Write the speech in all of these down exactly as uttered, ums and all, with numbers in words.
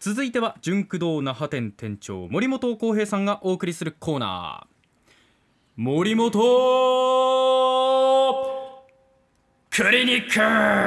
続いては純駆動那覇店店長森本浩平さんがお送りするコーナー、森本クリニック。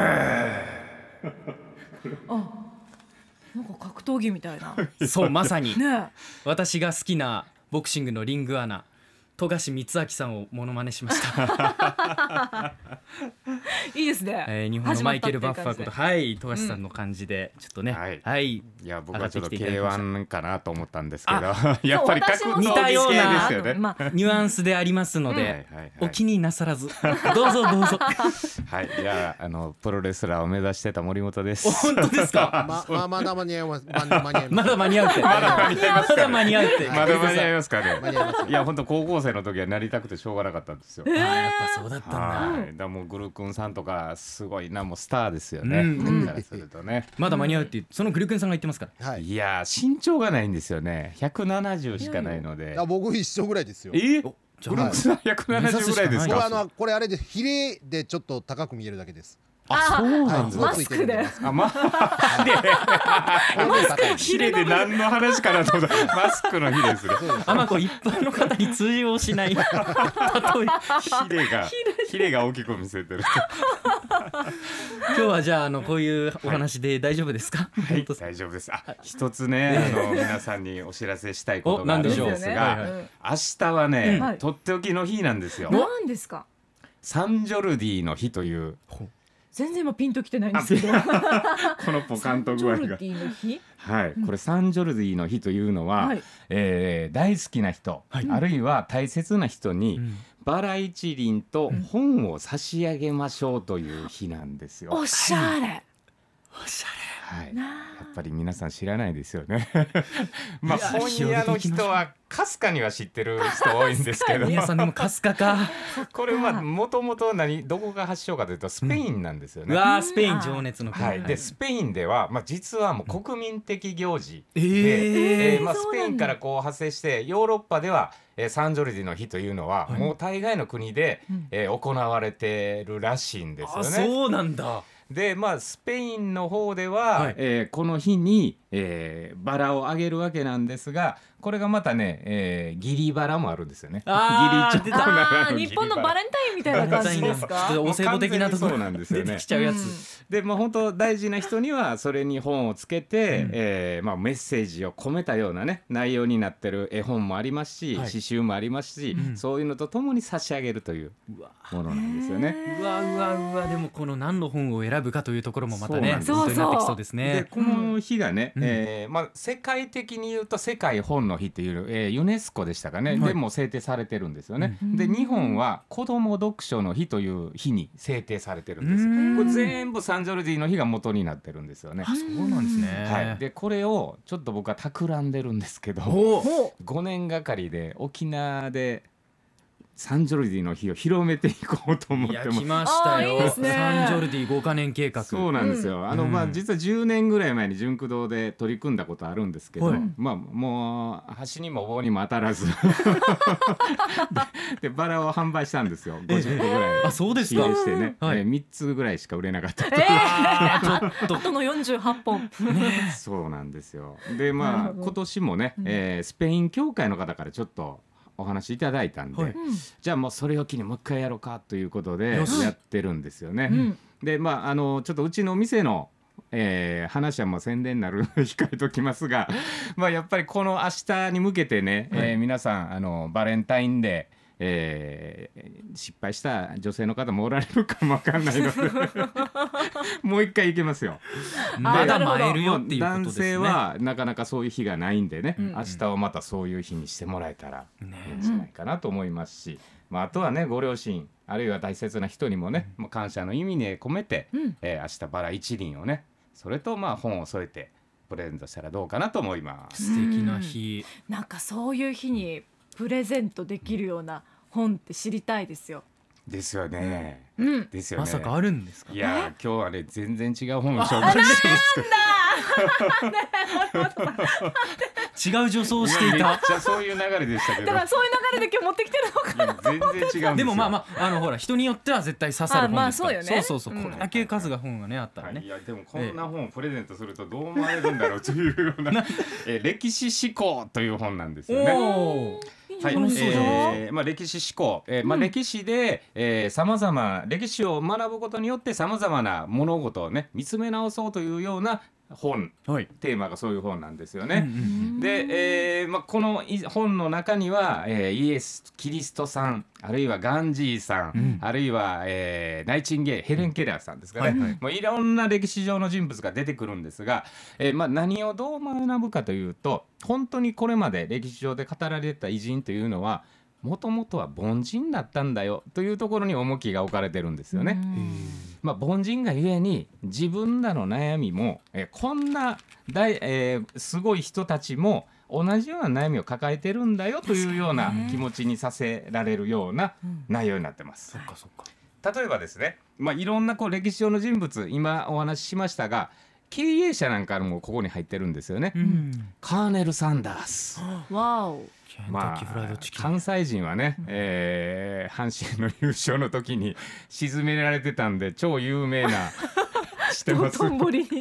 あ、なんか格闘技みたいなそう、まさにね。 私が好きなボクシングのリングアナ富樫光明さんをモノマネしましたいいですね、 えー、日本のマイケル・バッファーことはい富樫さんの感じでちょっとね、 はい、 はい、 いや僕はちょっと ケーワン かなと思ったんですけどやっぱり格闘技似たようなですよね、 まあ、 ニュアンスでありますので、 はいはいはい、 お気になさらずどうぞどうぞはい、じゃあ、あのプロレスラーを目指してた森本です。 本当ですか？ まままだ間に合います。まだ間に合います。 まだ間に合うってまだ間に合いますか、ね、 まだ間に合うってまだ間に合いますかね。 間に合います。 いや本当高校生の時はなりたくてしょうがなかったんですよ。 あー、やっぱそうだったんだ。 はい、だからもうグルクンさんとかすごいな、もうスターですよね。 うんうん僕からするとね。 まだ間に合うってそのグルクンさんが言ってますから。 はい。 いや身長がないんですよね。ひゃくななじゅうしかないので。 あ、僕一緒ぐらいですよ。 え？ おじゃグルクンさんひゃくななじゅうぐらいですか？ これあのこれあれでヒレでちょっと高く見えるだけです。 あ、そうなんだ。 マスクであ、ま、ヒレで何の話かなと思った。マスクのヒレですね。 あまこ一般の方に通用しない例え。 ヒレがヒレが大きく見せてる。 今日はじゃあ、あのこういうお話で大丈夫ですか？ はい、大丈夫です。あ、一つね、あの皆さんにお知らせしたいことがあるんですお、何でしょう。 が、 はいはい明日はね、 はいとっておきの日なんですよ。 何ですか？ サンジョルディの日という全然今ピンときてないんですけどこのポカンと具合がサンジョルディの日、 はい、これサンジョルディの日というのは、 はい、 えー大好きな人、 はいあるいは大切な人に、 うんバラ一輪と本を差し上げましょうという日なんですよ。 おしゃれ、 おしゃはい、 なやっぱり皆さん知らないですよね。まあいや本屋の人はかすかには知ってる人多いんですけど、 れ。皆さんでもかすかか。 これはもともと何どこが発祥かというとスペインなんですよね。 うわー、スペイン情熱の国。 はい、でスペインでは、まあ、実はもう国民的行事で、 えーえーまあ、スそうなんだペインからこう派生してヨーロッパでは、えーサンジョルディの日というのは、 はいもう大概の国で、 うんえー行われてるらしいんですよあ、 ね。 そうなんだ。 でまあスペインの方では、 はいえーこの日に、えーバラをあげるわけなんですが、これがまたね、えー、ギリバラもあるんですよね。 あーギリチョコなあー、 らぬギリ日本のバレンタインみたいな感じですか？ ちょっとお歳暮的なところもう完全にそうなんですよね出てきちゃうやつ。 でまあ本当大事な人にはそれに本をつけて、 うんえーまあ、メッセージを込めたようなね内容になってる絵本もありますし、 はい詩集もありますし、 うんそういうのとともに差し上げるといううわものなんですよね。 うわうわうわ、でもこの何の本を選ぶかというところもまたね、 そうポイントになってきそうですでね。 この日がね、 うんえーまあ、世界的に言うと世界本の日っていう、えーユネスコでしたかね、 はいでも制定されてるんですよね。 うんで日本は子ども読書の日という日に制定されてるんですよ。 うんこれ全部サンジョルディの日が元になってるんですよね。 あ、そうなんですね。 はい、でこれをちょっと僕は企んでるんですけど、 おほごねんがかりで沖縄でサンジョルディの日を広めていこうと思っいや、 てます。 来ましたよ。 あーいいですねサンジョルディごかねん計画。 そうなんですよ、あのまあうん実はじゅうねんぐらい前に純駆動で取り組んだことあるんですけど、 はいまあもう箸にも棒にも当たらずででバラを販売したんですよ。ごじゅっこぐらいあ、そうです仕か。 入れしてね、 はいえーみっつぐらいしか売れなかったと、 えあーちょっとあとのよんじゅうはっぽんそうなんですよ。でなまあるほど今年もね、えースペイン協会の方からちょっとお話いただいたんで、 はいじゃあもうそれを機にもう一回やろうかということでよしやってるんですよね。 うんでまああのちょっとうちの店の、えー話はもう宣伝になるので控えときますがまあやっぱりこの明日に向けてね、 はいえー皆さんあのバレンタインデーえー失敗した女性の方もおられるかもわかんないのでもう一回いけますよ。 まだなるほど参えるよっていうこと男ですね。 性はなかなかそういう日がないんでね、 うん明日をまたそういう日にしてもらえたらねいいんじゃないかなと思いますし、まあ、あとはねご両親あるいは大切な人にもね、もう感謝の意味に込めて、 うんえー明日バラ一輪をねそれとまあ本を添えてプレゼントしたらどうかなと思います。 素敵な日。 なんかそういう日にプレゼントできるような本って知りたいですよ。 ですよね。 うんですよね。 まさかあるんですか。 いやー今日はね全然違う本を紹介してますけど違う助走をしていめった。 ちゃそういう流れでしたけどだからそういう流れで今日持ってきてるのかいや全然違うんですよ。 でもまあまああのほら人によっては絶対刺さる本ですから。 あまあそうよねそうそうそう、 うんこれだけ数が本がねあったらね。 はい、いやでもこんな本をプレゼントするとどう思われるんだろうというようなえー歴史思考という本なんですよね。 おーはい、 楽しそうじゃないえーまあ、歴史思考、えーまあ、歴史でさまざま歴史を学ぶことによってさまざまな物事をね見つめ直そうというような本、 はい。 テーマがそういう本なんですようんうね。 んで、えーまあ、このい本の中には、えーイエス・キリストさんあるいはガンジーさん、 うんあるいは、えーナイチンゲールヘレン・ケラーさんですかね、 はいはいもういろんな歴史上の人物が出てくるんですが、えーまあ、何をどう学ぶかというと本当にこれまで歴史上で語られた偉人というのはもともとは凡人だったんだよというところに重きが置かれてるんですよね。まあ、凡人がゆえに自分らの悩みも、えーこんな大、えーすごい人たちも同じような悩みを抱えてるんだよというような気持ちにさせられるような内容になってます。 そっかそっか。 例えばですね、まあ、いろんなこう歴史上の人物今お話ししましたが経営者なんかもここに入ってるんですよね。 うん。 カーネル・サンダース、 わおケンタッキーフライドチキン。 関西人はね、えー阪神の優勝の時に沈められてたんで超有名なしてますとんぼりに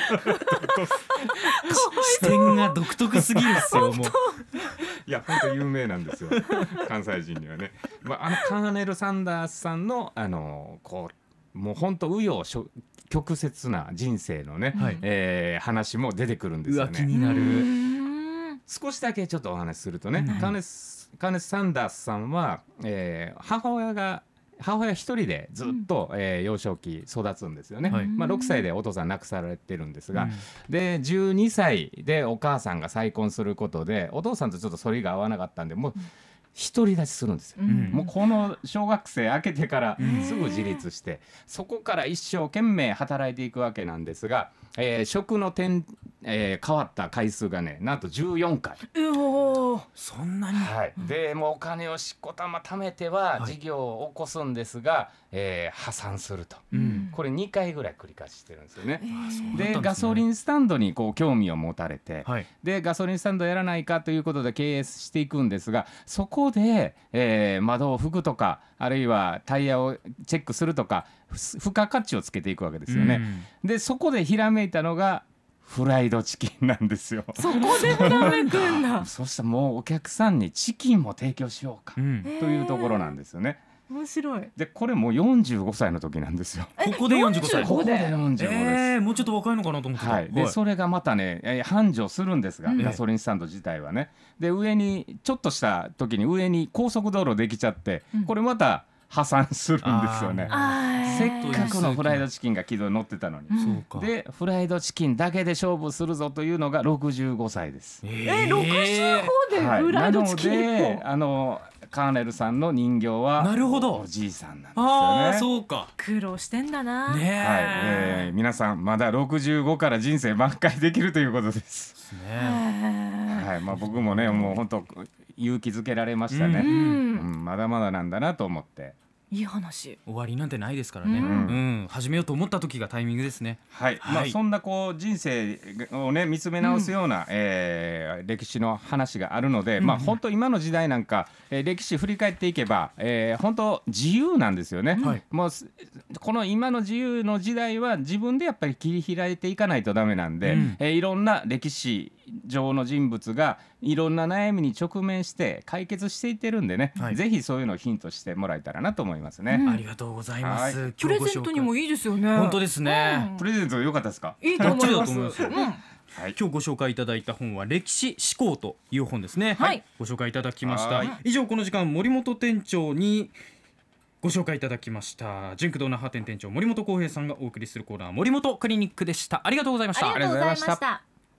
視点が独特すぎるっすよもう。 いや本当有名なんですよ関西人にはね、まあ、あのカーネル・サンダースさんのあのこうもう本当紆余諸曲折な人生のね、 はいえー話も出てくるんですうよね。 わ気になる。 少しだけちょっとお話しするとね、 うんカーネスカーネス・サンダースさんは、えー母親が母親一人でずっと、えー幼少期育つんですよね、 はいまあ、ろくさいでお父さん亡くされてるんですが、 うんでじゅうにさいでお母さんが再婚することでお父さんとちょっと反りが合わなかったんでもう独り立ちするんですよ、 んもうこの小学生明けてからうんすぐ自立して、そこから一生懸命働いていくわけなんですが、えー職の転、えー変わった回数がねなんとじゅうよんかい、 うおーそんなに。 はい、でもうお金をしっこたま貯めてははい事業を起こすんですが、えー破産すると、 うん。 これにかいぐらい繰り返してるんですよね。 そうだったんでですねガソリンスタンドにこう興味を持たれて、 はい。 でガソリンスタンドやらないかということで経営していくんですがそこで、えー窓を拭くとかあるいはタイヤをチェックするとかふ付加価値をつけていくわけですよね。でそこでひらめいたのがフライドチキンなんですよ。 そこでひらめくんだそしたらもうお客さんにチキンも提供しようかうん。 というところなんですよね。 面白いでこれもうよんじゅうごさいの時なんですよ。 ここでよんじゅうごさい。 ここでよんじゅうごです。 えー、もうちょっと若いのかなと思ってた。 はい、でそれがまたね、えー繁盛するんですが、 うんガソリンスタンド自体はねで上にちょっとした時に上に高速道路できちゃって、 うんこれまた破産するんですよね。 あせーっかくのフライドチキンが軌道に乗ってたのに、 そうか。 でフライドチキンだけで勝負するぞというのがろくじゅうごさいです。 えろくじゅうごでフライドチキンなので一本あのカーネルさんの人形はなるほどおじいさんなんですああよね。 そうか。 苦労してんだなねはい、えー皆さんまだろくじゅうごから人生挽回できるということです。 ねへーはい、まあ僕もねもう本当勇気づけられましたね、 ううんんまだまだなんだなと思って。 いい話終わりなんてないですからね。 ううんん。始めようと思った時がタイミングですね。 はい、まあはいそんなこう人生をね見つめ直すような、えー歴史の話があるので、まあ本当今の時代なんか、えー歴史振り返っていけば、えー本当自由なんですよね。 はいもうすこの今の自由の時代は自分でやっぱり切り開いていかないとダメなんで、 うんえーいろんな歴史上の人物がいろんな悩みに直面して解決していってるんでね、 はいぜひそういうのをヒントしてもらえたらなと思いますね。 うんありがとうございます。 はプレゼントにもいいいですよね本当ですね。 うんプレゼント良かったですか？ いいと思いますバッチリだと思いますようんはい。 今日ご紹介いただいた本は歴史思考という本ですね。 はいご紹介いただきましたはい。 以上この時間森本店長にご紹介いただきました純駆動那覇店店長森本康平さんがお送りするコーナー森本クリニックでした。ありがとうございました。 ありがとうございました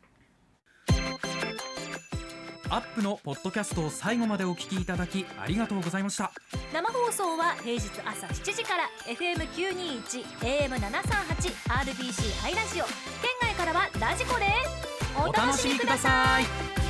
アップのポッドキャストを最後までお聞きいただきありがとうございました。 生放送は平日朝しちじから エフエムきゅうにいち エーエムななさんはち アールビーシー ハイラジオ県外からはラジコです。 お楽しみください。